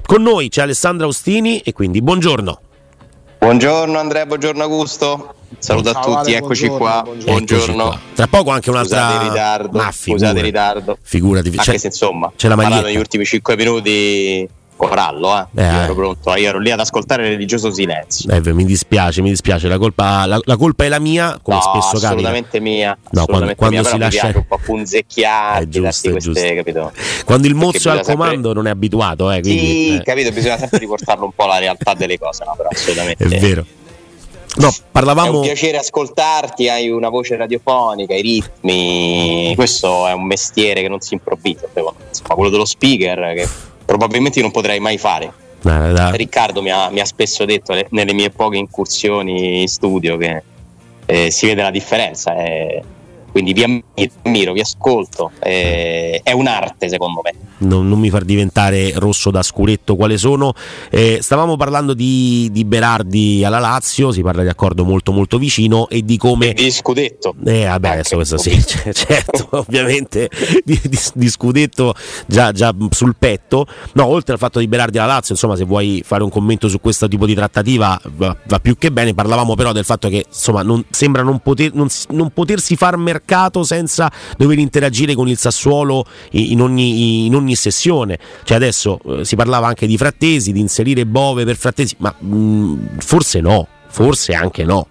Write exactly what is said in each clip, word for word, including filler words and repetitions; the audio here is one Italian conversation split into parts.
Con noi c'è Alessandro Austini e quindi buongiorno. Buongiorno Andrea, buongiorno Augusto. Saluto a tutti, eccoci qua. Buongiorno. Buongiorno. Qua. Tra poco anche un'altra. Scusate il ritardo. Ma Scusate il ritardo. Figurati, anche se insomma, c'è la maglietta. negli ultimi cinque minuti corallo, eh. eh. Io ero pronto, io ero lì ad ascoltare il religioso silenzio. Eh, mi dispiace, mi dispiace, la colpa, la, la colpa è la mia, come no, spesso capita. Assolutamente mia. No, assolutamente quando, mia, quando si lascia un po' punzecchiarti, è giusto, è queste, giusto. capito? Quando il mozzo è al comando sempre... non è abituato, eh, quindi, sì, eh. capito, bisogna sempre riportarlo un po' alla realtà delle cose, no, però assolutamente. È vero. No, parlavamo... È un piacere ascoltarti, hai una voce radiofonica, i ritmi, questo è un mestiere che non si improvvisa, insomma, quello dello speaker che probabilmente non potrei mai fare. Da, da. Riccardo mi ha, mi ha spesso detto le, nelle mie poche incursioni in studio che eh, si vede la differenza, eh, quindi vi ammiro, vi ascolto, eh, è un'arte secondo me. Non, non mi far diventare rosso da scuretto quale sono. Eh, stavamo parlando di, di Berardi alla Lazio, si parla di accordo molto molto vicino e di come e di scudetto. Eh vabbè, adesso questo sì, c- certo, ovviamente di, di, di scudetto già, già sul petto. No, oltre al fatto di Berardi alla Lazio, insomma, se vuoi fare un commento su questo tipo di trattativa va, va più che bene. Parlavamo però del fatto che insomma non, sembra non, poter, non, non potersi far mercato senza dover interagire con il Sassuolo in ogni, in ogni sessione. Cioè adesso eh, si parlava anche di Frattesi, di inserire Bove per Frattesi, ma mh, forse no, forse anche no.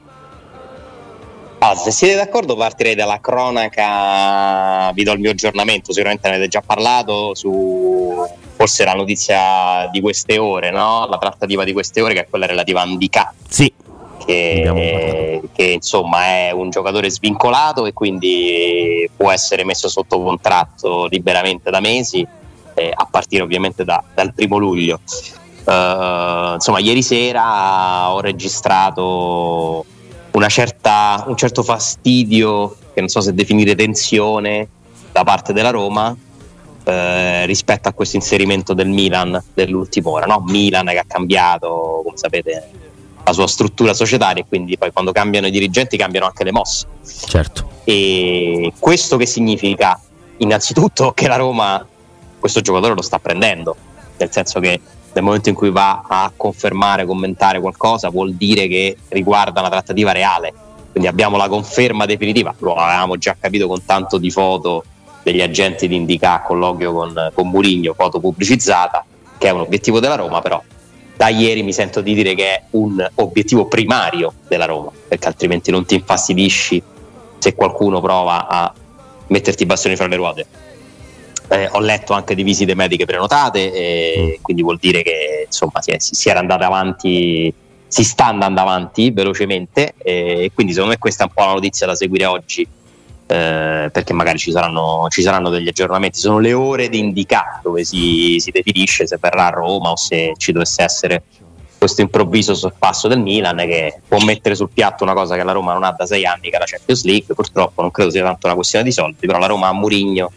Ah, se siete d'accordo partirei dalla cronaca, vi do il mio aggiornamento, sicuramente ne avete già parlato, su forse la notizia di queste ore, no? La trattativa di queste ore, che è quella relativa a Ndicà. Sì. Che, che insomma è un giocatore svincolato e quindi può essere messo sotto contratto liberamente da mesi, eh, a partire ovviamente da, dal primo luglio. Uh, insomma, ieri sera ho registrato una certa, un certo fastidio, che non so se definire tensione, da parte della Roma eh, rispetto a questo inserimento del Milan dell'ultima ora, no? Milan che ha cambiato, come sapete, la sua struttura societaria, e quindi poi quando cambiano i dirigenti cambiano anche le mosse. Certo. E questo che significa? Innanzitutto che la Roma questo giocatore lo sta prendendo, nel senso che nel momento in cui va a confermare, commentare qualcosa, vuol dire che riguarda una trattativa reale, quindi abbiamo la conferma definitiva. Lo avevamo già capito con tanto di foto degli agenti di Ndicà a colloquio con, con Mourinho, foto pubblicizzata, che è un obiettivo della Roma, però da ieri mi sento di dire che è un obiettivo primario della Roma, perché altrimenti non ti infastidisci se qualcuno prova a metterti i bastoni fra le ruote. Eh, ho letto anche di visite mediche prenotate, e quindi vuol dire che insomma si, è, si era andata avanti, si sta andando avanti velocemente, e quindi secondo me questa è un po' la notizia da seguire oggi, eh, perché magari ci saranno, ci saranno degli aggiornamenti. Sono le ore di Ndicà dove si, si definisce se verrà a Roma o se ci dovesse essere questo improvviso sorpasso del Milan, che può mettere sul piatto una cosa che la Roma non ha da sei anni, che è la Champions League. Purtroppo non credo sia tanto una questione di soldi, però la Roma ha Mourinho,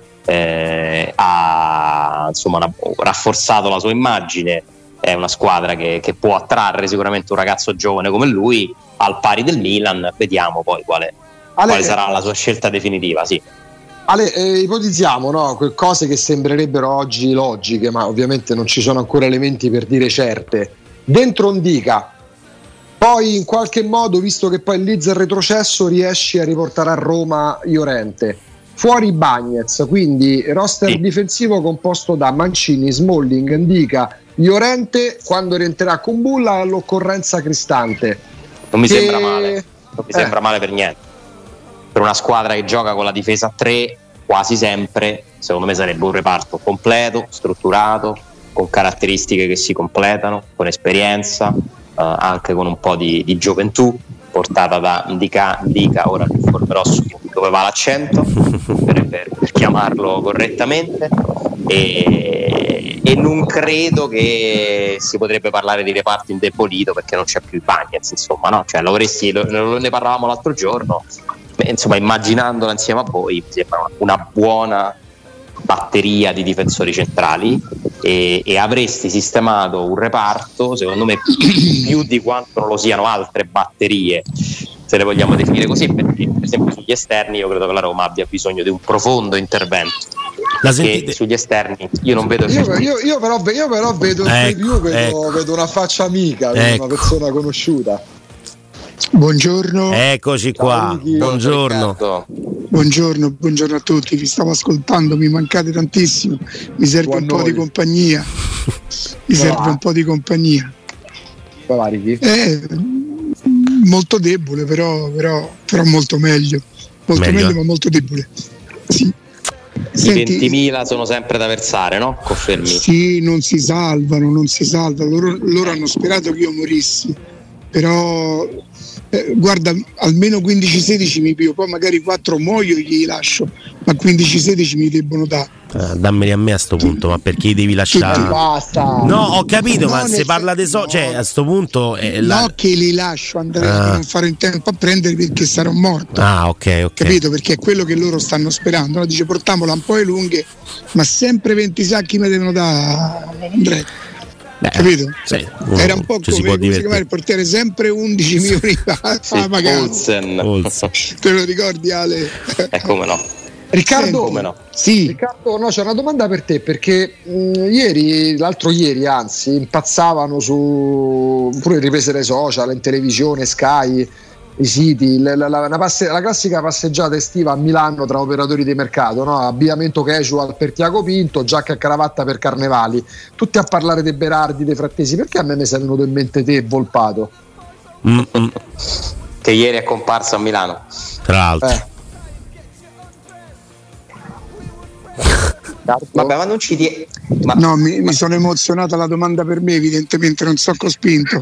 eh, ha insomma una, rafforzato la sua immagine, è una squadra che, che può attrarre sicuramente un ragazzo giovane come lui, al pari del Milan. Vediamo poi quale, Ale, quale sarà la sua scelta definitiva. Sì. Ale, eh, ipotizziamo, no, cose che sembrerebbero oggi logiche, ma ovviamente non ci sono ancora elementi per dire certe. Dentro Ndicà, poi in qualche modo, visto che poi Leeds è retrocesso, riesci a riportare a Roma Llorente, fuori Bagnez, quindi roster sì. difensivo composto da Mancini, Smalling, Ndicà, Llorente, quando rientrerà con Bulla all'occorrenza Cristante. Non mi che... sembra male, non mi eh. sembra male per niente. Per una squadra che gioca con la difesa a tre quasi sempre, secondo me sarebbe un reparto completo, strutturato, con caratteristiche che si completano, con esperienza, eh, anche con un po' di, di gioventù, portata da Ndicà, Ndicà, ora informerò su dove va l'accento per, per, per chiamarlo correttamente, e, e non credo che si potrebbe parlare di reparto indebolito, perché non c'è più Bagnez, insomma, no? Cioè, lo vorresti, lo, ne parlavamo l'altro giorno, insomma, immaginandola insieme a voi mi sembra una buona batteria di difensori centrali, e, e avresti sistemato un reparto secondo me più di quanto non lo siano altre batterie, se le vogliamo definire così, perché per esempio sugli esterni io credo che la Roma abbia bisogno di un profondo intervento. La che sentite? sugli esterni io non vedo io, io, io, però, io però vedo ecco, io vedo, ecco. vedo una faccia amica, ecco. una persona conosciuta. Buongiorno. Eccoci qua. Ciao, buongiorno. Buongiorno, buongiorno a tutti. Vi stavo ascoltando, mi mancate tantissimo. Mi serve Buon un po' noi. di compagnia. Mi Va. serve un po' di compagnia. Va, Ricky. È molto debole, però, però, però molto meglio. Molto Meglio, meglio, eh? ma molto debole. Sì. i Senti, ventimila sono sempre da versare, no? Confermi? sì, non si salvano, non si salvano. Loro, loro hanno sperato che io morissi, però eh, guarda, almeno quindici sedici mi pio, poi magari quattro muoio e gli lascio, ma quindici sedici mi debbono dare. Eh, dammeli a me a sto punto, ma perché devi lasciare? Basta. No, ho capito, No, ma nel se parla senso- di so, no. cioè a sto punto è la... No, che li lascio, Andrea, Ah. che non farò in tempo a prendere perché sarò morto. Ah, ok, ok. Capito? Perché è quello che loro stanno sperando. No? Dice portiamola un po' le lunghe, ma sempre venti sacchi mi devono dare, Andrea. Beh, Capito? sì, uno Era un po' ci si come, può come si chiama divertire. il portiere, sempre undici milioni a Sì, a pagare. Olsen. Olsen. Te lo ricordi, Ale? E come no? Riccardo, Come no? Sì, Riccardo, no, c'è una domanda per te perché mh, ieri, l'altro ieri anzi, impazzavano su pure riprese dai social, in televisione, Sky, i siti, la, la- la- una passe- la classica passeggiata estiva a Milano tra operatori di mercato, no? Abbigliamento casual per Tiago Pinto, giacca e cravatta per Carnevali, tutti a parlare dei Berardi, dei Frattesi. Perché a me mi sei venuto in mente te, Volpato? Mm-mm. Che ieri è comparso a Milano. Tra l'altro. Eh. Vabbè, ma non ci die... ma no, mi, mi sono emozionata la domanda per me, evidentemente non so che ho spinto.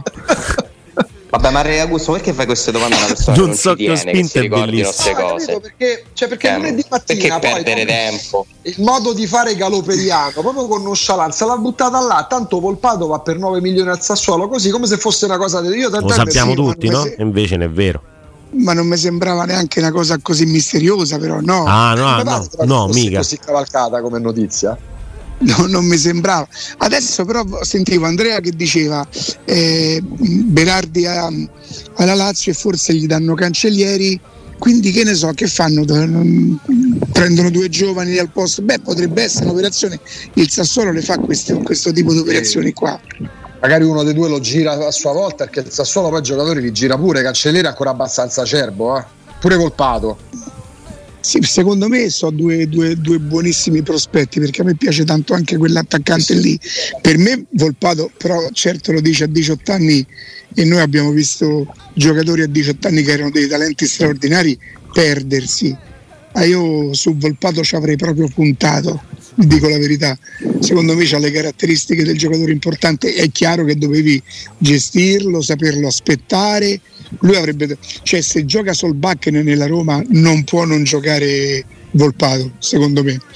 Vabbè, ma Re Augusto, perché fai queste domande a una persona Non che non so ci che ho tiene, che spinto, si è ricordi bellissimo. queste No, cose? capito? Perché, cioè perché Cioè, lunedì mattina perché poi, perdere come- tempo? il modo di fare galoperiano proprio con nonchalance l'ha buttata là, tanto Volpato va per nove milioni al Sassuolo, così come se fosse una cosa di io Lo sappiamo sì, ma tutti, non no? mi se- E invece non è vero. Ma non mi sembrava neanche una cosa così misteriosa, però no, Ah, no, Come no, pare che no, fosse mica. così cavalcata come notizia. no, non mi sembrava. Adesso però sentivo Andrea che diceva eh, Berardi a- alla Lazio e forse gli danno Cancellieri, quindi che ne so, che fanno? Prendono due giovani al posto? Beh, potrebbe essere un'operazione, il Sassuolo le fa questo, questo tipo di operazioni qua. Magari uno dei due lo gira a sua volta, perché il Sassuolo poi i giocatori li gira pure. Cancelliere è ancora abbastanza acerbo, eh? Pure Volpato. Sì, secondo me sono due, due, due buonissimi prospetti, perché a me piace tanto anche quell'attaccante lì. Per me Volpato, però certo lo dice a diciotto anni, e noi abbiamo visto giocatori a diciotto anni che erano dei talenti straordinari perdersi. Ah, io su Volpato ci avrei proprio puntato, vi dico la verità. Secondo me c'ha le caratteristiche del giocatore importante. È chiaro che dovevi gestirlo, saperlo aspettare. Lui avrebbe, cioè se gioca Solbakken nella Roma non può non giocare Volpato, secondo me.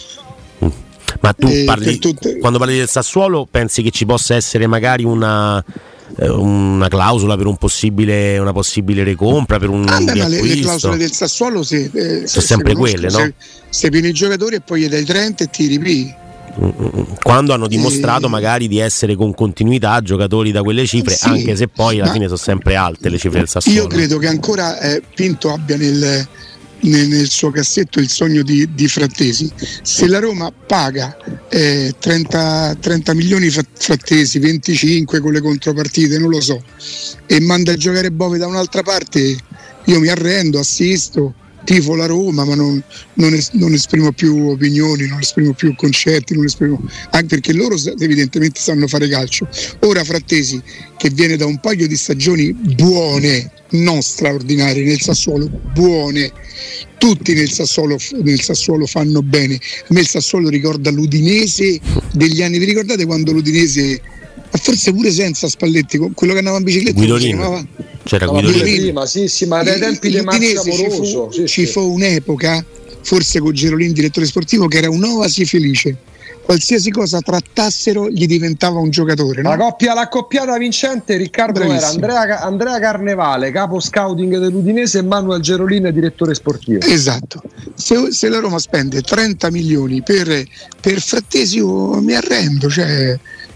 Ma tu Eh, parli, per tutte- quando parli del Sassuolo, pensi che ci possa essere magari una, eh, una clausola per un possibile, una possibile recompra, per un Ah, beh, ma le, le riacquisto? clausole del Sassuolo se, eh, se- sempre se conoscono, quelle, no? Se, se pieni i giocatori e poi gli dai trenta e ti ripigli. Quando hanno dimostrato Eh. magari di essere con continuità giocatori da quelle cifre, Sì, anche se poi alla ma fine sono sempre alte le cifre del Sassuolo. Io credo che ancora eh, Pinto abbia nel, nel, nel suo cassetto il sogno di, di Frattesi. Se la Roma paga eh, trenta, trenta milioni fra- Frattesi, venticinque con le contropartite, non lo so, e manda a giocare Bove da un'altra parte, io mi arrendo, assisto, tifo la Roma, ma non, non, es- non esprimo più opinioni, non esprimo più concetti, non esprimo, anche perché loro sa- evidentemente sanno fare calcio. Ora Frattesi, che viene da un paio di stagioni buone, non straordinarie nel Sassuolo, buone, tutti nel Sassuolo, nel Sassuolo fanno bene. A me il Sassuolo ricorda l'Udinese degli anni, vi ricordate quando l'Udinese, ma forse pure senza Spalletti, con quello che andava in bicicletta, come si Guidolino. chiamava? C'era No, Guidolino. pure prima, sì, sì, ma dai tempi di Marzio L'Udinese ci Amoroso. fu, Sì, ci sì. fu un'epoca, forse con Gerolini direttore sportivo, che era un'oasi felice. Qualsiasi cosa trattassero gli diventava un giocatore, no? La coppia, l'accoppiata vincente, Riccardo, era Bravissimo. Andrea, Andrea Carnevale, capo scouting dell'Udinese, e Manuel Gerolini, direttore sportivo. Esatto. Se, se la Roma spende trenta milioni per, per Frattesi, io mi arrendo, cioè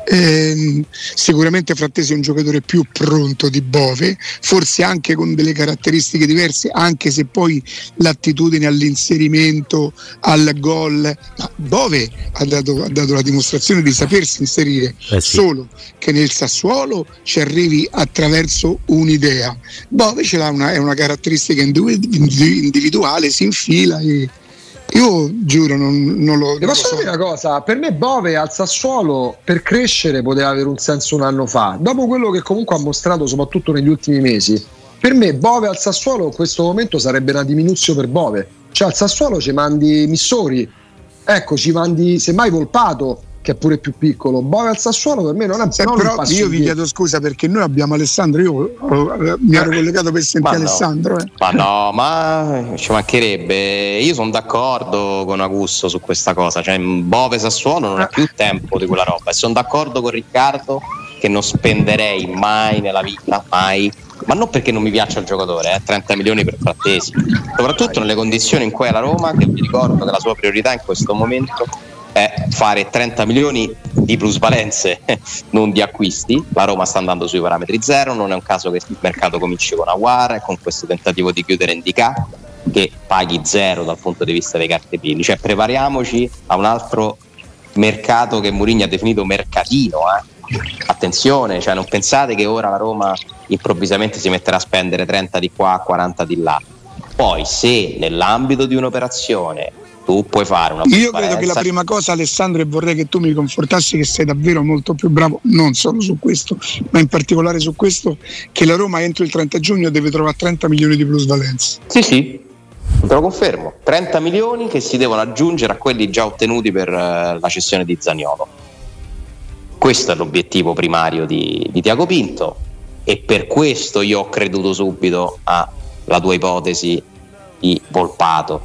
Eh, sicuramente Frattesi è un giocatore più pronto di Bove, forse anche con delle caratteristiche diverse, anche se poi l'attitudine all'inserimento, al gol, ma Bove ha dato, ha dato la dimostrazione di sapersi inserire, eh sì. solo che nel Sassuolo ci arrivi attraverso un'idea. Bove ce l'ha, una, è una caratteristica individuale, si infila e io giuro non, non lo Ti posso dire una cosa? Per me Bove al Sassuolo per crescere poteva avere un senso un anno fa. Dopo quello che comunque ha mostrato soprattutto negli ultimi mesi, per me Bove al Sassuolo in questo momento sarebbe una diminuzione per Bove. Cioè al Sassuolo ci mandi Missori, ecco, ci mandi semmai Volpato, che è pure più piccolo. Bove al Sassuolo per me non è eh, non però io vi chiedo scusa perché noi abbiamo Alessandro, io oh, mi ero collegato per sentire ma no. Alessandro eh. ma no ma ci mancherebbe, io sono d'accordo con Augusto su questa cosa, cioè Bove Sassuolo non ha più tempo di quella roba e sono d'accordo con Riccardo che non spenderei mai nella vita, mai, ma non perché non mi piaccia il giocatore, eh, trenta milioni per Frattesi, soprattutto nelle condizioni in cui è la Roma, che vi ricordo che la sua priorità in questo momento è fare trenta milioni di plusvalenze, non di acquisti. La Roma sta andando sui parametri zero, non è un caso che il mercato cominci con Aguar e con questo tentativo di chiudere Ndicà che paghi zero dal punto di vista dei cartellini, cioè prepariamoci a un altro mercato che Mourinho ha definito mercatino, eh. Attenzione, cioè non pensate che ora la Roma improvvisamente si metterà a spendere trenta di qua, quaranta di là. Poi se nell'ambito di un'operazione tu puoi fare una io credo che la prima cosa, Alessandro, e vorrei che tu mi confortassi che sei davvero molto più bravo non solo su questo ma in particolare su questo, che la Roma entro il trenta giugno deve trovare trenta milioni di plusvalenza. Sì sì, te lo confermo, trenta milioni che si devono aggiungere a quelli già ottenuti per uh, la cessione di Zaniolo. Questo è l'obiettivo primario di, di Tiago Pinto e per questo io ho creduto subito alla tua ipotesi di Volpato.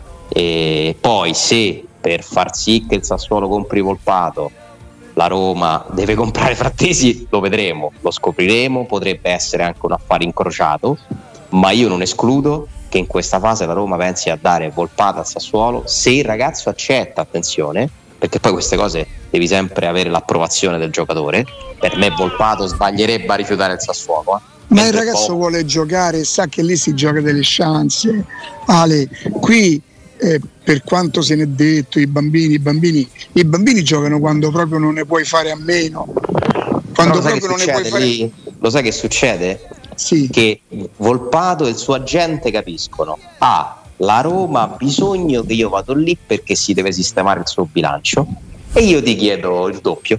E poi se per far sì che il Sassuolo compri Volpato la Roma deve comprare Frattesi, lo vedremo, lo scopriremo, potrebbe essere anche un affare incrociato, ma io non escludo che in questa fase la Roma pensi a dare Volpato al Sassuolo se il ragazzo accetta, attenzione, perché poi queste cose devi sempre avere l'approvazione del giocatore. Per me Volpato sbaglierebbe a rifiutare il Sassuolo, eh. Ma il ragazzo vuole giocare, sa che lì si gioca delle chance, Ale, qui Eh, per quanto se n'è detto, i bambini, i bambini, i bambini giocano quando proprio non ne puoi fare a meno. Quando proprio non ne puoi fare. Lì, lo sai che succede? Sì. Che Volpato e il suo agente capiscono: ah, la Roma ha bisogno che io vado lì perché si deve sistemare il suo bilancio e io ti chiedo il doppio.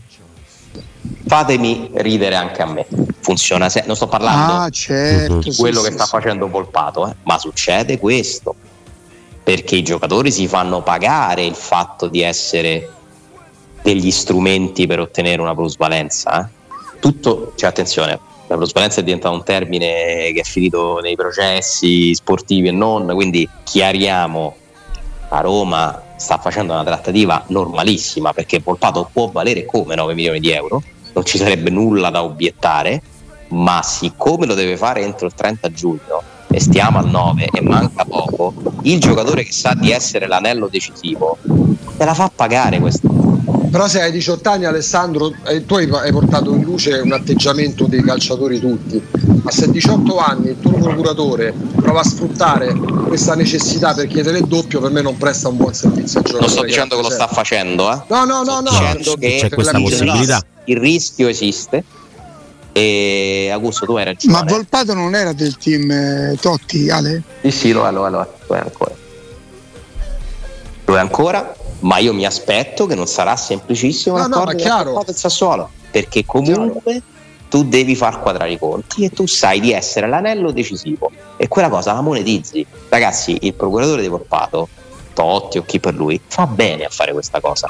Fatemi ridere anche a me. Funziona se... non sto parlando ah, certo, di quello sì, che sì, sta sì. facendo Volpato, eh, ma succede questo. Perché i giocatori si fanno pagare il fatto di essere degli strumenti per ottenere una plusvalenza, eh? Tutto, cioè attenzione, la plusvalenza è diventato un termine che è finito nei processi sportivi e non, quindi chiariamo, la Roma sta facendo una trattativa normalissima perché Volpato può valere come nove milioni di euro, non ci sarebbe nulla da obiettare, ma siccome lo deve fare entro il trenta giugno e stiamo al nove e manca poco, il giocatore che sa di essere l'anello decisivo te la fa pagare questo. Però se hai diciotto anni, Alessandro, eh, tu hai, hai portato in luce un atteggiamento dei calciatori tutti, ma se a diciotto anni il tuo procuratore prova a sfruttare questa necessità per chiedere il doppio, per me non presta un buon servizio al giocatore. Non sto dicendo che lo sta facendo, eh? No, no, no, no. Sto dicendo che c'è questa possibilità. Il rischio esiste. E Augusto, tu hai ragione. Ma Volpato non era del team eh, Totti, Ale? Sì, sì, lo è, lo è, lo è, lo è ancora. Lo è ancora, ma io mi aspetto che non sarà semplicissimo no, no, ma chiaro. del Sassuolo, perché comunque chiaro. Tu devi far quadrare i conti e tu sai di essere l'anello decisivo e quella cosa la monetizzi. Ragazzi, il procuratore di Volpato, Totti o chi per lui, fa bene a fare questa cosa.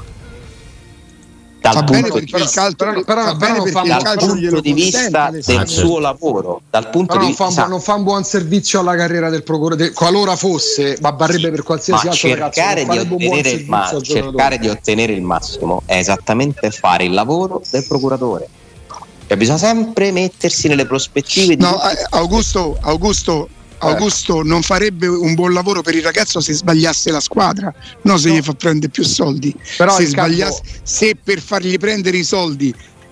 Dal va punto bene di perché il vista, calcio, però, però, va però bene perché il dal calcio punto glielo di vista consente, del suo lavoro, dal punto però di non fa, vista un, non fa un buon servizio alla carriera del procuratore, qualora fosse, ma varrebbe per qualsiasi ma altro cercare ragazzo, di ottenere il ma- cercare di ottenere il massimo è esattamente fare il lavoro del procuratore. Cioè, bisogna sempre mettersi nelle prospettive di no, Augusto, Augusto Augusto non farebbe un buon lavoro per il ragazzo se sbagliasse la squadra, no se no. gli fa prendere più soldi. Però se Riccardo... sbagliasse, se per fargli prendere i soldi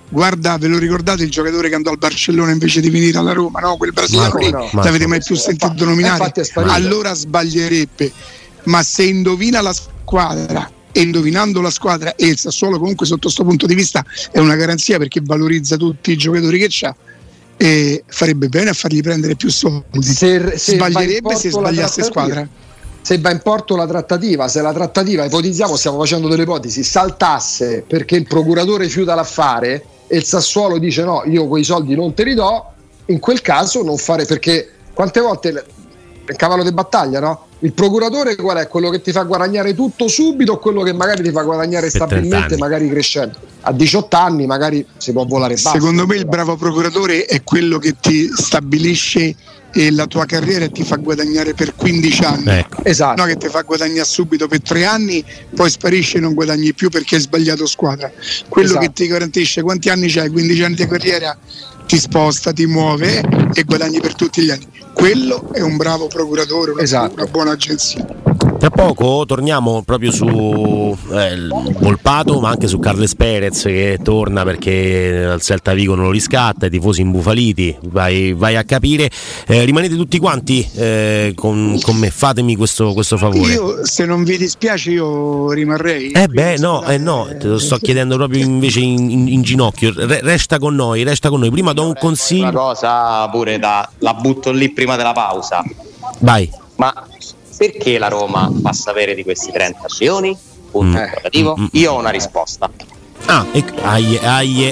guarda, ve lo ricordate il giocatore che andò al Barcellona invece di venire alla Roma, no? Quel brasiliano lì, no, non l'avete mai più sentito nominare? Allora sbaglierebbe, ma se indovina la squadra e indovinando la squadra, e il Sassuolo comunque sotto questo punto di vista è una garanzia perché valorizza tutti i giocatori che c'ha, e farebbe bene a fargli prendere più soldi. Se, se sbaglierebbe se sbagliasse squadra. Se va in porto la trattativa, se la trattativa, ipotizziamo, stiamo facendo delle ipotesi, saltasse perché il procuratore rifiuta l'affare e il Sassuolo dice no, io quei soldi non te li do, in quel caso non fare, perché quante volte il cavallo di battaglia, no? Il procuratore qual è? Quello che ti fa guadagnare tutto subito o quello che magari ti fa guadagnare stabilmente, magari crescendo? A diciotto anni magari si può volare basso. Secondo me il bravo procuratore è quello che ti stabilisce e la tua carriera e ti fa guadagnare per quindici anni, ecco. Esatto. No, che ti fa guadagnare subito per tre anni, poi sparisce e non guadagni più perché hai sbagliato squadra. Quello esatto. Che ti garantisce quanti anni c'hai, quindici anni di carriera, ti sposta, ti muove e guadagni per tutti gli anni. Quello è un bravo procuratore, una, esatto. Una buona agenzia. Tra poco torniamo proprio su eh, il Volpato, ma anche su Carles Perez che torna perché al Celta Vigo non lo riscatta, i tifosi imbufaliti, vai, vai a capire. Eh, rimanete tutti quanti eh, con, con me, fatemi questo, questo favore. Io, se non vi dispiace, io rimarrei. Eh beh, no, eh no, te lo sto chiedendo proprio invece in, in, in ginocchio. Re, resta con noi, resta con noi. Prima do un consiglio. Una cosa pure da, la butto lì prima della pausa. Vai. Ma perché la Roma fa sapere di questi trenta milioni? Punto Mm. interrogativo. Mm. Io ho una risposta. Ah, ecco, aie, aie.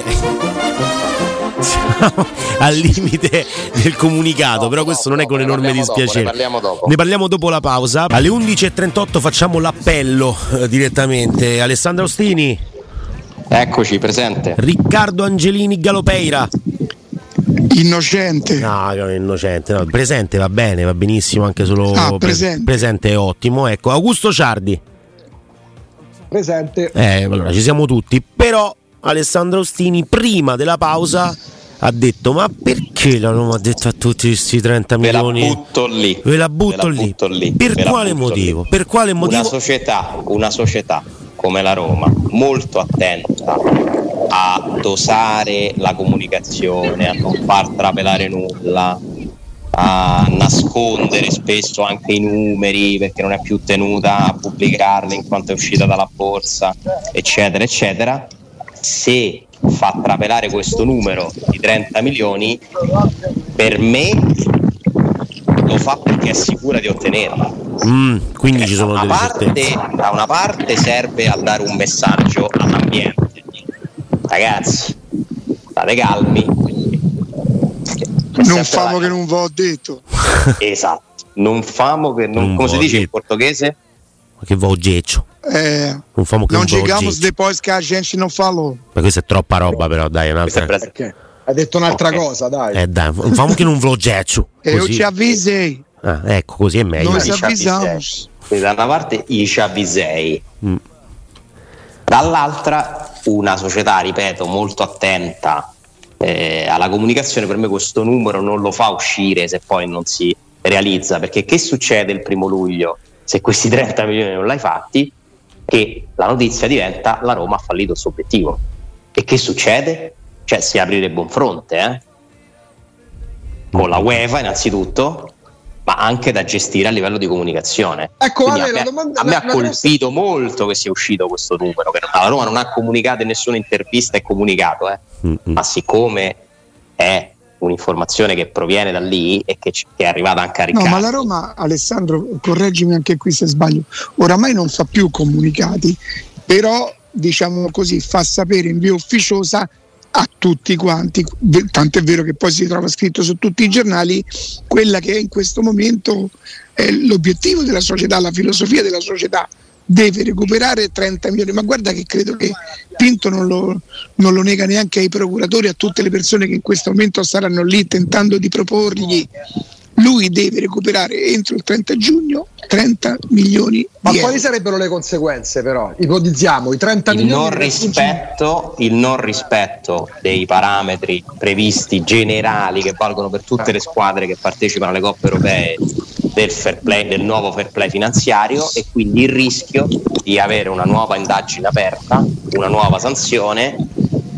Siamo al limite del comunicato, No, però no, questo no, non è con ne enorme parliamo dopo, dispiacere. ne parliamo dopo. Ne parliamo dopo la pausa. Alle undici e trentotto facciamo l'appello eh, direttamente. Alessandro Ostini, Eccoci, presente. Riccardo Angelini Galopeira. Innocente. No, innocente, no, presente va bene, va benissimo anche solo Ah, pre- presente. presente è ottimo. Ecco, Augusto Ciardi. Presente. Eh, allora ci siamo tutti, però Alessandro Ostini prima della pausa ha detto ma perché la Roma ha detto a tutti questi trenta Ve la milioni? butto lì. Ve la butto, Ve la lì. butto lì. Per Ve la quale butto motivo? lì. Per quale motivo? Una società, una società come la Roma, molto attenta a dosare la comunicazione, a non far trapelare nulla, a nascondere spesso anche i numeri perché non è più tenuta a pubblicarli in quanto è uscita dalla borsa, eccetera, eccetera. Se fa trapelare questo numero di trenta milioni, per me lo fa perché è sicura di ottenerla. Mm, quindi ci sono da delle una parte, certezze. da una parte serve a dare un messaggio all'ambiente, ragazzi, state calmi, Non famo che non vi ho detto. esatto, non famo che non, Non come si vo' dice in detto. portoghese? Ma che voggeggio. Eh, Non famo che non un chegamos voggeggio. depois che a gente non falou. Ma questa è troppa roba però, dai, è Questo è un'altra. Brasile. Perché? Hai detto un'altra Ok. cosa, dai. Eh dai, non famo che un voggeggio. E io Così. ci avvisei. Ah, ecco, così è meglio. Noi Ci ci avvisiamo. Quindi da una parte i ci avvisei, Mm. dall'altra una società, ripeto, molto attenta eh, alla comunicazione. Per me questo numero non lo fa uscire se poi non si realizza, perché che succede il primo luglio se questi trenta milioni non l'hai fatti? Che la notizia diventa: la Roma ha fallito il suo obiettivo. E che succede? Cioè si aprirebbe un fronte eh? con la UEFA innanzitutto, ma anche da gestire a livello di comunicazione. Ecco, Quindi Ale, a me, la domanda- a me la- ha la colpito molto che sia uscito questo numero, che la Roma non ha comunicato in nessuna intervista e comunicato, eh. Mm-mm. ma siccome è un'informazione che proviene da lì e che, ci- che è arrivata anche a No, Riccardo. ma la Roma, Alessandro, correggimi anche qui se sbaglio, oramai non fa più comunicati, però diciamo così fa sapere in via ufficiosa a tutti quanti, tanto è vero che poi si trova scritto su tutti i giornali quella che è in questo momento è l'obiettivo della società, la filosofia della società. Deve recuperare trenta milioni, ma guarda che credo che Pinto non lo, non lo nega neanche ai procuratori, a tutte le persone che in questo momento saranno lì tentando di proporgli. Lui deve recuperare entro il trenta giugno trenta milioni Ma di quali euro. sarebbero le conseguenze, però? Ipotizziamo i trenta il milioni. non, raggiungi- rispetto, il non rispetto dei parametri previsti generali che valgono per tutte le squadre che partecipano alle coppe europee del fair play, del nuovo fair play finanziario, e quindi il rischio di avere una nuova indagine aperta, una nuova sanzione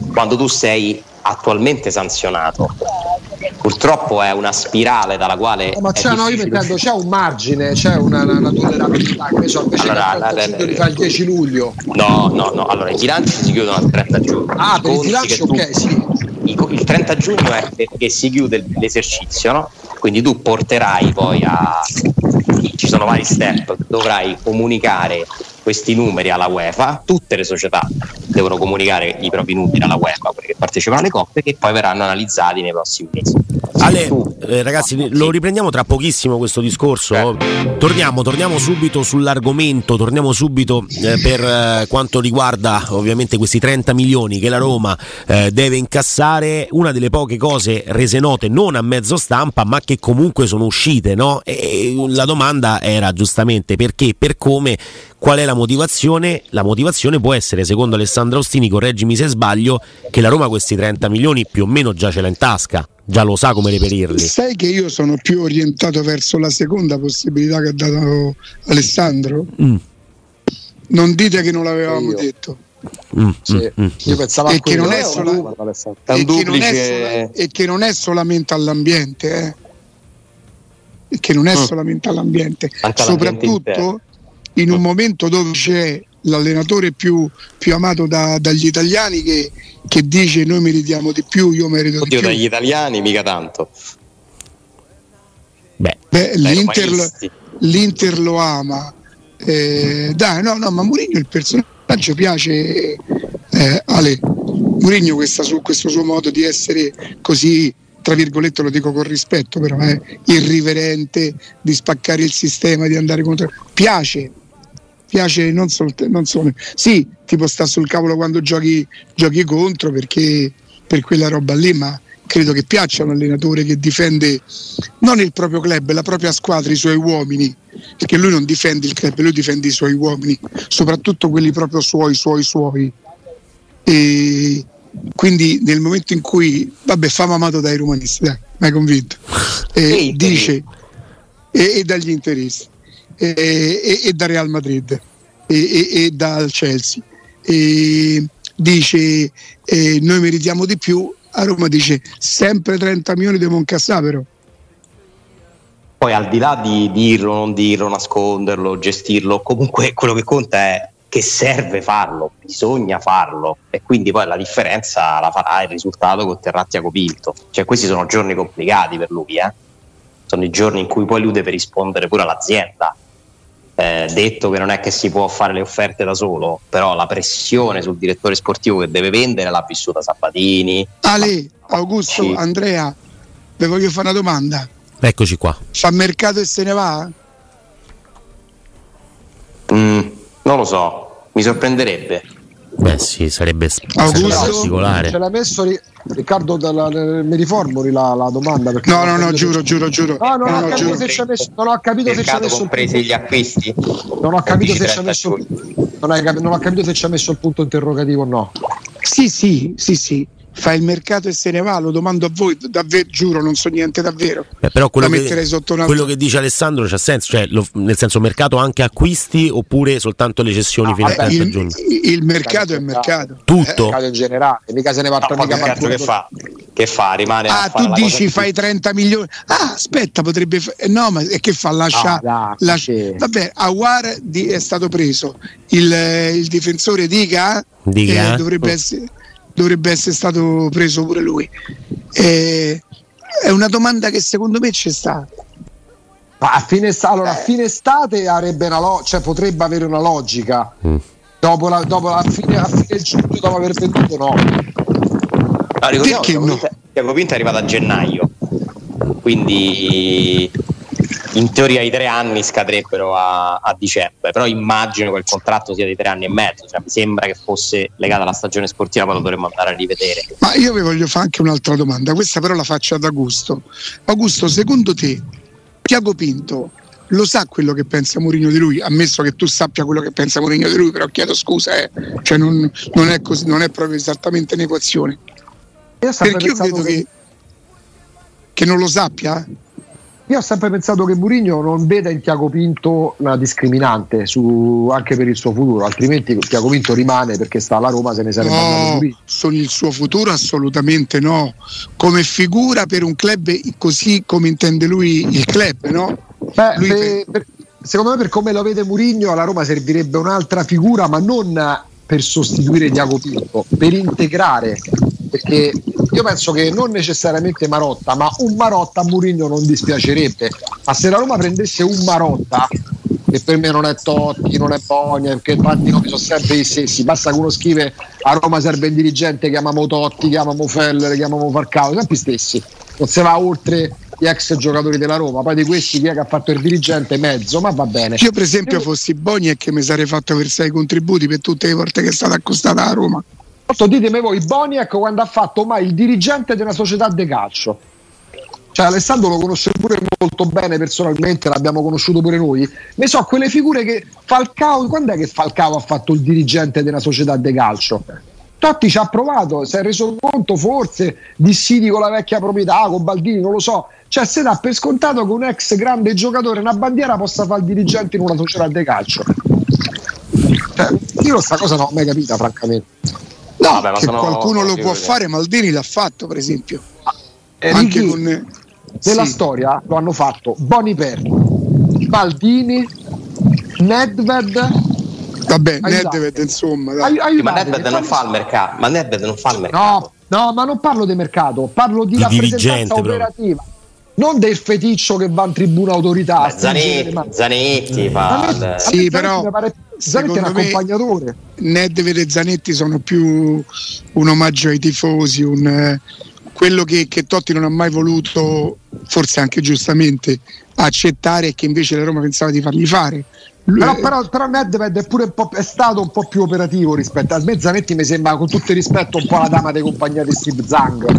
quando tu sei attualmente sanzionato, purtroppo è una spirale dalla quale no, ma c'è, no, io intendo, c'è un margine, c'è una, una, una tollerabilità, che ne so, invece allora, che il trenta giugno li fa il dieci luglio. No, no, no, allora i bilanci si chiudono al trenta giugno. Ah, per i bilanci ok, sì. Il trenta giugno è perché si chiude l'esercizio, no? Quindi tu porterai poi a... ci sono vari step, dovrai comunicare questi numeri alla UEFA, tutte le società devono comunicare i propri numeri alla UEFA, quelli che partecipano alle coppe, che poi verranno analizzati nei prossimi mesi. Ale, eh, ragazzi, lo riprendiamo tra pochissimo questo discorso. Beh. Torniamo, torniamo subito sull'argomento, torniamo subito eh, per eh, quanto riguarda ovviamente questi trenta milioni che la Roma eh, deve incassare, una delle poche cose rese note non a mezzo stampa, ma che comunque sono uscite, no? E la domanda era giustamente perché, per come, qual è la motivazione? La motivazione può essere, secondo Alessandro Ostini, correggimi se sbaglio, che la Roma questi trenta milioni più o meno già ce l'ha in tasca, già lo sa come reperirli. Sai che io sono più orientato verso la seconda possibilità che ha dato Alessandro? Mm. Non dite che non l'avevamo detto. Mm, sì. mm, io pensavo e, che non è sola- e, che non è sola- e che non è solamente all'ambiente, eh? E che non è mm. solamente all'ambiente, anche soprattutto in un mm. momento dove c'è l'allenatore più, più amato da, dagli italiani che, che dice noi meritiamo di più, io merito Oddio, di più. Dagli italiani mica tanto. Beh, Beh l'Inter, lo, l'Inter lo ama. Eh, dai, no, no, ma Mourinho il personaggio piace, eh, Ale. Mourinho questa, su, questo suo modo di essere così, tra virgolette, lo dico con rispetto, però è eh, irriverente, di spaccare il sistema, di andare contro. Piace. Piace non solo, non solo sì, tipo sta sul cavolo quando giochi, giochi contro, perché per quella roba lì, ma credo che piaccia a un allenatore che difende non il proprio club, la propria squadra, i suoi uomini, perché lui non difende il club, lui difende i suoi uomini, soprattutto quelli proprio suoi, suoi, suoi. E quindi nel momento in cui, vabbè, fama amato dai romanisti, dai, mi hai convinto, e dice, e, e dagli interisti. E, e, e da Real Madrid e, e, e dal Chelsea, e dice e noi meritiamo di più. A Roma dice sempre trenta milioni devo incassare, però poi al di là di dirlo, non dirlo, nasconderlo, gestirlo, comunque quello che conta è che serve farlo, bisogna farlo, e quindi poi la differenza la farà il risultato con Terratti e Copinto. Cioè questi sono giorni complicati per lui, eh? Sono i giorni in cui poi lui deve rispondere pure all'azienda. Eh, detto che non è che si può fare le offerte da solo, però la pressione sul direttore sportivo che deve vendere l'ha vissuta Sabatini. Ale, Augusto, sì. Andrea, vi voglio fare una domanda. Eccoci qua. Fa mercato e se ne va? Mm, non lo so, mi sorprenderebbe. Beh sì, sarebbe particolare. Ce l'ha messo ri- Riccardo, dalla, mi riformuli la, la domanda, perché no no no giuro giuro giuro no, non, no, ho no, capito se ci ha messo, non ho capito se ci ha messo compresi gli acquisti, non ho capito se ci ha messo non, hai, non ho capito se ci ha messo il punto interrogativo o no. Sì sì sì sì fa il mercato e se ne va, lo domando a voi, davvero, giuro, non so niente davvero. Beh, però quello, che, una... quello che dice Alessandro c'ha senso, cioè lo, nel senso mercato anche acquisti oppure soltanto le cessioni no, fino vabbè, al trenta il, giugno? Il, il mercato è mercato. Tutto? Il mercato in generale, mica se ne va no, mica mercato che fa? Che fa? Rimane ah, a fare tu dici fai trenta milioni. Ah, aspetta, potrebbe fa... eh, no, ma e che fa? Lascia, ah, lascia... vabbè, Aouar di... è stato preso. Il, il difensore Dica, Dica. Eh, dovrebbe essere dovrebbe essere stato preso pure lui. Eh, è una domanda che secondo me c'è stata. Ma a fine, allora, a fine estate avrebbe una lo- cioè potrebbe avere una logica. Mm. Dopo la, dopo la fine, a fine giugno, dopo aver venduto, no. Ah, ricordiamo che no? Tiago Pinto è arrivato a gennaio, quindi in teoria i tre anni scadrebbero a, a dicembre, però immagino che il contratto sia di tre anni e mezzo, cioè, mi sembra che fosse legato alla stagione sportiva, poi lo dovremmo andare a rivedere. Ma io vi voglio fare anche un'altra domanda, questa però la faccio ad Augusto. Augusto, secondo te Tiago Pinto lo sa quello che pensa Mourinho di lui? Ammesso che tu sappia quello che pensa Mourinho di lui, però chiedo scusa, eh. Cioè non, non è così, non è proprio esattamente un'equazione. Io perché io credo che, che non lo sappia. io ho sempre pensato che Mourinho non veda in Tiago Pinto una discriminante su, anche per il suo futuro, altrimenti Tiago Pinto rimane perché sta alla Roma, se ne sarebbe andato No, Mourinho. sono il suo futuro assolutamente no. Come figura per un club così come intende lui il club, no? Beh, Lui per- per- per- secondo me, per come lo vede Mourinho, alla Roma servirebbe un'altra figura, ma non per sostituire Tiago Pinto, per integrare, perché io penso che non necessariamente Marotta, ma un Marotta a Mourinho non dispiacerebbe. Ma se la Roma prendesse un Marotta, che per me non è Totti, non è Bonia, perché tanti nomi sono sempre gli stessi, basta che uno scrive a Roma serve il dirigente, chiamiamo Totti, chiamiamo Feller, chiamiamo Falcao, sempre gli stessi, non si va oltre gli ex giocatori della Roma. Poi di questi chi è che ha fatto il dirigente? Mezzo, ma va bene. Io per esempio fossi Boni e che mi sarei fatto versare i contributi per tutte le volte che è stata accostata a Roma. Ditemi voi, Boniek quando ha fatto mai il dirigente di una società di calcio? Cioè Alessandro lo conosce pure molto bene personalmente, l'abbiamo conosciuto pure noi. Ne so quelle figure che Falcao, quando è che Falcao ha fatto il dirigente di una società di calcio? Totti ci ha provato, si è reso conto forse di Siti con la vecchia proprietà, con Baldini, non lo so. Cioè si dà per scontato che un ex grande giocatore, una bandiera, possa fare il dirigente in una società di calcio. Cioè, io questa cosa non l'ho mai capita, francamente. No, Vabbè, ma che sono- qualcuno lo sono può figure. fare, Maldini l'ha fatto per esempio. Eh, Anche Ricky, con nella sì. storia lo hanno fatto Boniper, Baldini, Nedved. Vabbè, Aiutate. Nedved insomma, dai. Ai- Sì, ma aiutatemi, Nedved non quali- fa il mercato, ma Nedved non fa il mercato. No, no, ma non parlo di mercato, parlo di, Di rappresentanza dirigente, proprio. operativa. Non del feticcio che va in tribuna autorità. Beh, Zanetti, Zanetti fa Zanetti- il- a me Sì, Zanetti però, mi pare- Zanetti è un secondo me- accompagnatore. Nedved e Zanetti sono più un omaggio ai tifosi, un, eh, quello che, che Totti non ha mai voluto, forse anche giustamente, accettare e che invece la Roma pensava di fargli fare. Lui- Però, però, però Nedved è, pure un po', è stato un po' più operativo rispetto a me. Zanetti mi sembra, con tutto il rispetto, un po' la dama dei compagni di Steve Zang.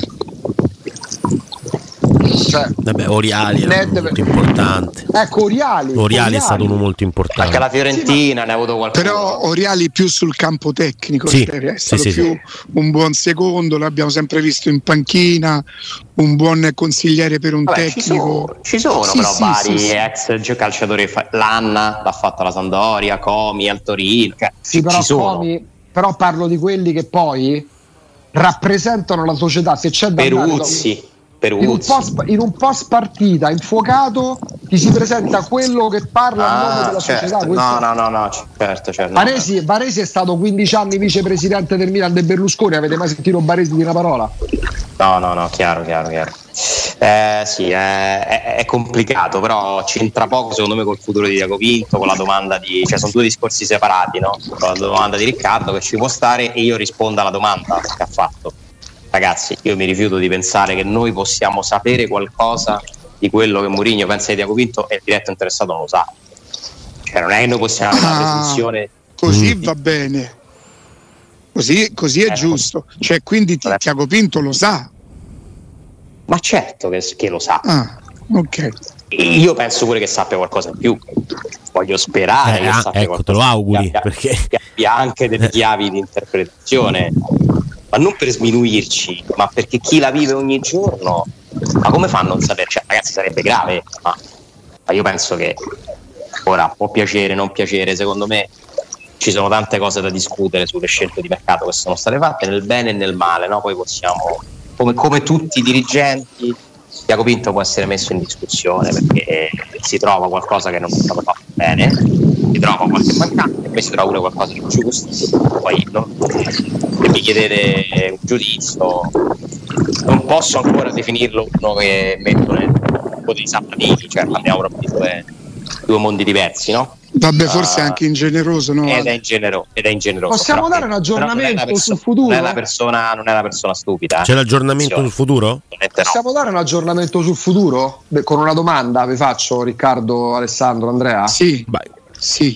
Cioè, Vabbè, Oriali era Nedved- molto importante. ecco, Oriali. Oriali è stato uno molto Anche importante. la Fiorentina ne ha avuto qualcuno. Però Oriali più sul campo tecnico, Sì, è sì, stato sì, più un buon secondo, l'abbiamo sempre visto in panchina, un buon consigliere per un Vabbè, ci tecnico. sono, ci sono Sì, però sì, vari sì, sì. ex calciatori. fa- Lanna l'ha fatto alla Sampdoria, Comi al Torino. Cioè, Sì, ci, però, ci sono. Comi- però parlo di quelli che poi rappresentano la società. Se c'è da andare- Peruzzi. in un, Peruzzi. post, in un post partita infuocato ti si presenta quello che parla a nome Ah, della certo. società. No, Questo- no, no, no, c- certo, certo. Varesi, Varesi è stato quindici anni vicepresidente del Milan de Berlusconi. Avete mai sentito Varesi di una parola? No, no, no, chiaro, chiaro, chiaro. Eh, sì, è, è- è complicato, però c'entra poco secondo me col futuro di Tiago Pinto, con la domanda di, cioè sono due discorsi separati, no? Con la domanda di Riccardo che ci può stare e io rispondo alla domanda che ha fatto. Ragazzi, io mi rifiuto di pensare che noi possiamo sapere qualcosa di quello che Mourinho pensa di Tiago Pinto e il diretto interessato non lo sa. Cioè non è che noi possiamo avere la Ah. presunzione. Così Mm. va bene, così, così è Eh, giusto, cioè quindi ti- vabbè. Tiago Pinto lo sa. Ma certo che, che lo sa. Ah, ok. Io penso pure che sappia qualcosa in più. Voglio sperare Eh, che ah, sappia ecco, te qualcosa lo in più, auguri, che abbia, perché- che abbia anche delle chiavi di interpretazione, ma non per sminuirci, ma perché chi la vive ogni giorno, ma come fa a non sapere? Cioè, ragazzi, sarebbe grave, ma, ma io penso che ora può piacere, non piacere, secondo me ci sono tante cose da discutere sulle scelte di mercato che sono state fatte nel bene e nel male, no? Poi possiamo, come, come tutti i dirigenti, Tiago Pinto può essere messo in discussione perché si trova qualcosa che non è stato fatto bene, si trova qualche mancante e poi si trova pure qualcosa di giusto. Poi no, se mi chiedete un giudizio, non posso ancora definirlo uno che metto nel gruppo dei Sabatini, cioè parliamo proprio di due, due mondi diversi, no? Vabbè, forse Ah. anche ingeneroso, no? Ed è ingenero- ed è ingeneroso. Possiamo però- dare un però non è aggiornamento una perso- sul futuro? Non è una persona, non è una persona stupida. eh. C'è l'aggiornamento Attenzione. sul futuro? Assolutamente no. Possiamo dare un aggiornamento sul futuro? Beh, con una domanda vi faccio, Riccardo, Alessandro, Andrea. Sì, Vai. sì.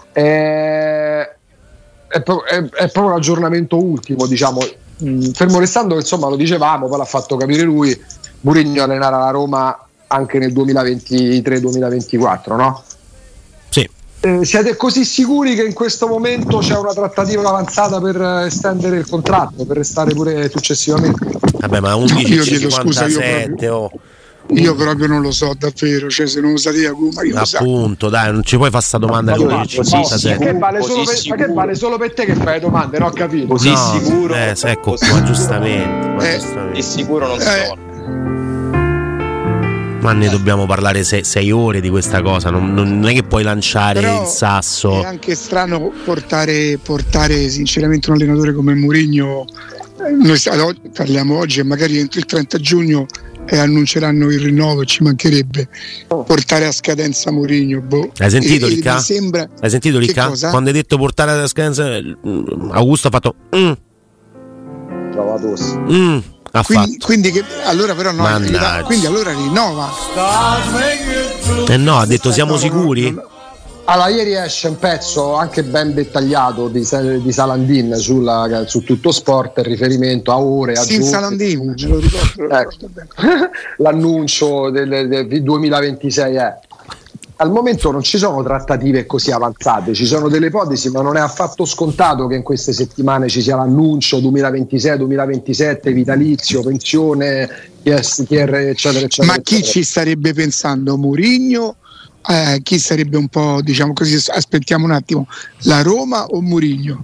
Eh, è, pro- è- è proprio un aggiornamento ultimo, diciamo. Mm, fermo restando che insomma lo dicevamo, poi l'ha fatto capire lui, Mourinho allenare la Roma anche nel duemilaventitré duemilaventiquattro, no? Sì. Eh, siete così sicuri che in questo momento c'è una trattativa avanzata per eh, estendere il contratto, per restare pure successivamente? Vabbè, ma io undici chiedo scusa, io cinquantasette, oh. Io proprio non lo so davvero, cioè se non lo sapete come io lo so. Appunto, dai, non ci puoi fare sta domanda alle undici. Ma che vale solo per, ma che vale solo per te che fai le domande, no? Ho capito. Così No, sicuro. eh, ecco, così ma giustamente, ma Eh, giustamente. Di sicuro non Eh. sono. Ma ne dobbiamo parlare se, sei ore di questa cosa, non, non è che puoi lanciare Però il sasso. è anche strano portare, portare sinceramente un allenatore come Mourinho. eh, Noi sta- parliamo oggi e magari entro il trenta giugno e annunceranno il rinnovo, ci mancherebbe portare a scadenza Mourinho. Boh. Hai sentito, E- e Ricca? mi sembra Hai sentito, Che Ricca? cosa? Quando hai detto portare alla scadenza, Augusto ha fatto mm, Trova tosse. mm, ha quindi, fatto. quindi che, allora però no, Mannaggia. quindi allora rinnova. Eh no, ha detto siamo No, sicuri? no, no. Allora, ieri esce un pezzo anche ben dettagliato di, di Salandin sulla, su Tutto Sport, in riferimento a ore, a Sin giorni. Salandin, ce lo ricordo, lo Ecco. ricordo bene. L'annuncio del, del duemilaventisei è. Al momento non ci sono trattative così avanzate, ci sono delle ipotesi, ma non è affatto scontato che in queste settimane ci sia l'annuncio duemilaventisei duemilaventisette, vitalizio, pensione, chi è, chi è, eccetera, eccetera. Ma chi eccetera. ci starebbe pensando? Mourinho? Eh, chi sarebbe un po', diciamo così, aspettiamo un attimo, la Roma o Mourinho?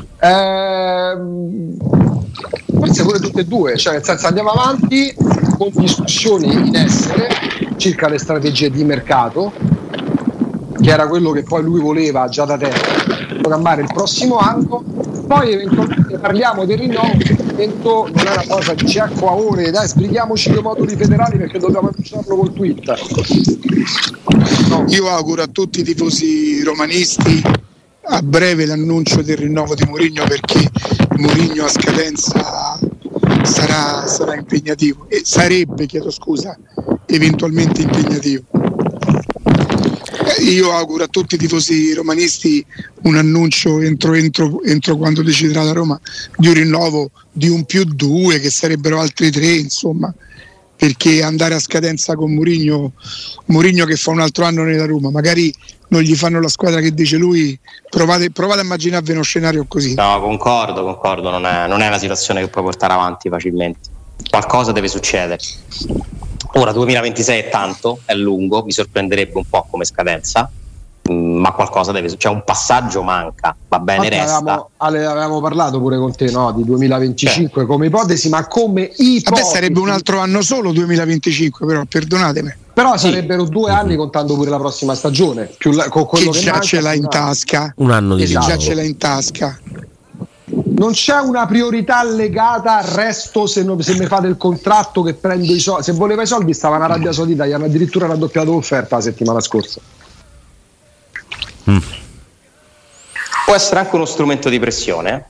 Ehm, forse pure tutte e due, cioè nel senso andiamo avanti con discussioni in essere circa le strategie di mercato, che era quello che poi lui voleva già da tempo, programmare il prossimo anno, poi eventualmente parliamo del rinnovo, non è una cosa di ecco a ore, dai sbrighiamoci due moduli federali perché dobbiamo annunciarlo col tweet. No. Io auguro a tutti i tifosi romanisti a breve l'annuncio del rinnovo di Mourinho, perché Mourinho a scadenza sarà, sarà impegnativo e sarebbe, chiedo scusa, eventualmente impegnativo. Eh, Io auguro a tutti i tifosi romanisti un annuncio entro, entro, entro quando deciderà la Roma di un rinnovo di un più due, che sarebbero altri tre, insomma, perché andare a scadenza con Mourinho, Mourinho che fa un altro anno nella Roma, magari non gli fanno la squadra che dice lui, provate, provate a immaginarvi uno scenario così. No, concordo, concordo, non è, non è una situazione che puoi portare avanti facilmente. Qualcosa deve succedere. Ora duemilaventisei è tanto, è lungo, mi sorprenderebbe un po' come scadenza, mh, ma qualcosa deve succedere, cioè un passaggio manca, va bene, Infatti resta. avevamo, Ale, avevamo parlato pure con te, no, di duemilaventicinque Certo. come ipotesi, ma come ipotesi. Vabbè, sarebbe un altro anno solo duemilaventicinque, però perdonatemi. Però sarebbero due anni contando pure la prossima stagione, più la, con quello Chi che già manca, ce l'ha più in un anno. tasca, Un anno di chi già rinnovo. ce l'ha in tasca. Non c'è una priorità legata al resto. Se, non, se mi fate il contratto che prendo i soldi, se voleva i soldi stava in Arabia Saudita, gli hanno addirittura raddoppiato l'offerta la settimana scorsa. Mm. Può essere anche uno strumento di pressione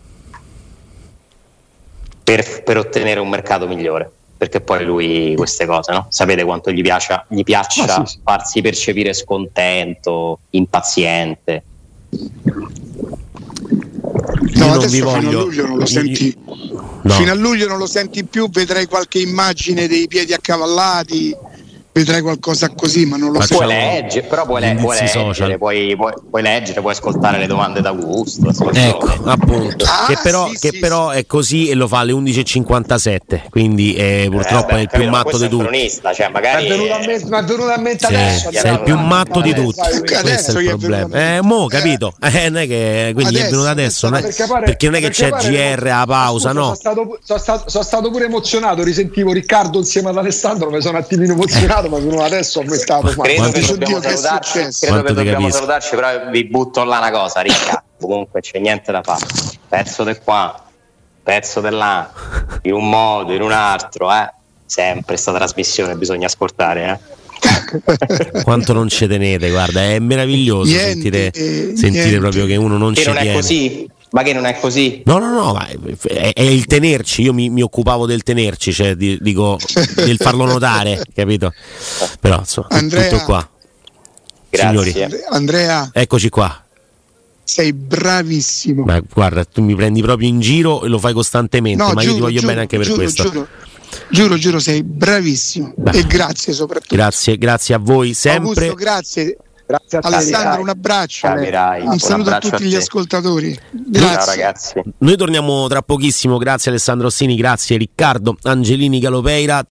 per, per ottenere un mercato migliore, perché poi lui queste cose, no? Sapete quanto gli piace, gli piaccia Ah, sì, sì. farsi percepire scontento, impaziente. No, Io non adesso vi fino voglio- a luglio non lo io- senti. No. Fino a luglio non lo senti più, vedrai qualche immagine dei piedi accavallati, vedrai qualcosa così, ma non lo Facciamo- so. Puoi leggere, però puoi, le- gli puoi indizi leggere, social. puoi, puoi, puoi leggere, puoi ascoltare le domande d'Augusto. insomma, Ecco, insomma. appunto, Ah, che però, sì, che sì, però è così e lo fa alle undici e cinquantasette, quindi eh, purtroppo Eh, è il vabbè, più capito, matto questo di è un tutti. cronista, cioè Mi magari è venuto a mente, mi è venuto a mente Sì, adesso. sei il più matto di tutti. Adesso, Questo Adesso è gli il è venuto problema. a mente. Eh, mo, Eh. capito? Eh, non è che quindi gli è venuto adesso, Adesso, non è- perché pare- perché non è che perché c'è pare- G R a pausa, Scusa, no? Sono stato, sono, stato, sono stato pure emozionato, risentivo Riccardo insieme ad Alessandro, mi sono un attimino emozionato, ma fino adesso ho aumentato. credo Quanto- che dobbiamo Oddio, che è salutarci, successo? credo Quanto che ti dobbiamo capisco. salutarci, però vi butto là una cosa, Ricca. Comunque c'è niente da fare. Pezzo di qua, pezzo di là, in un modo, in un altro, eh. Sempre sta trasmissione bisogna ascoltare, eh. Quanto non ci tenete, guarda, è meraviglioso Niente, sentire, eh, sentire niente. proprio che uno non Che ci non è tiene. così? Ma che non è così? No, no, no, ma è, è il tenerci, io mi, mi occupavo del tenerci, cioè di- dico del farlo notare, capito? Però insomma, Andrea. tutto qua. Grazie. Signori, Andrea, eccoci qua. sei bravissimo. Ma guarda, tu mi prendi proprio in giro e lo fai costantemente, No, ma io ti giuro, voglio giuro, bene anche per giuro, questo. Giuro, giuro, giuro, sei bravissimo. Beh. E grazie soprattutto. Grazie, grazie a voi sempre. Augusto, grazie. Grazie a te. Alessandro, Rai. un abbraccio. Capirai. Un Un saluto a abbraccio tutti a gli te. ascoltatori. Ciao Grazie. ragazzi. Noi torniamo tra pochissimo, grazie Alessandro Ossini, grazie Riccardo Angelini Galopeira.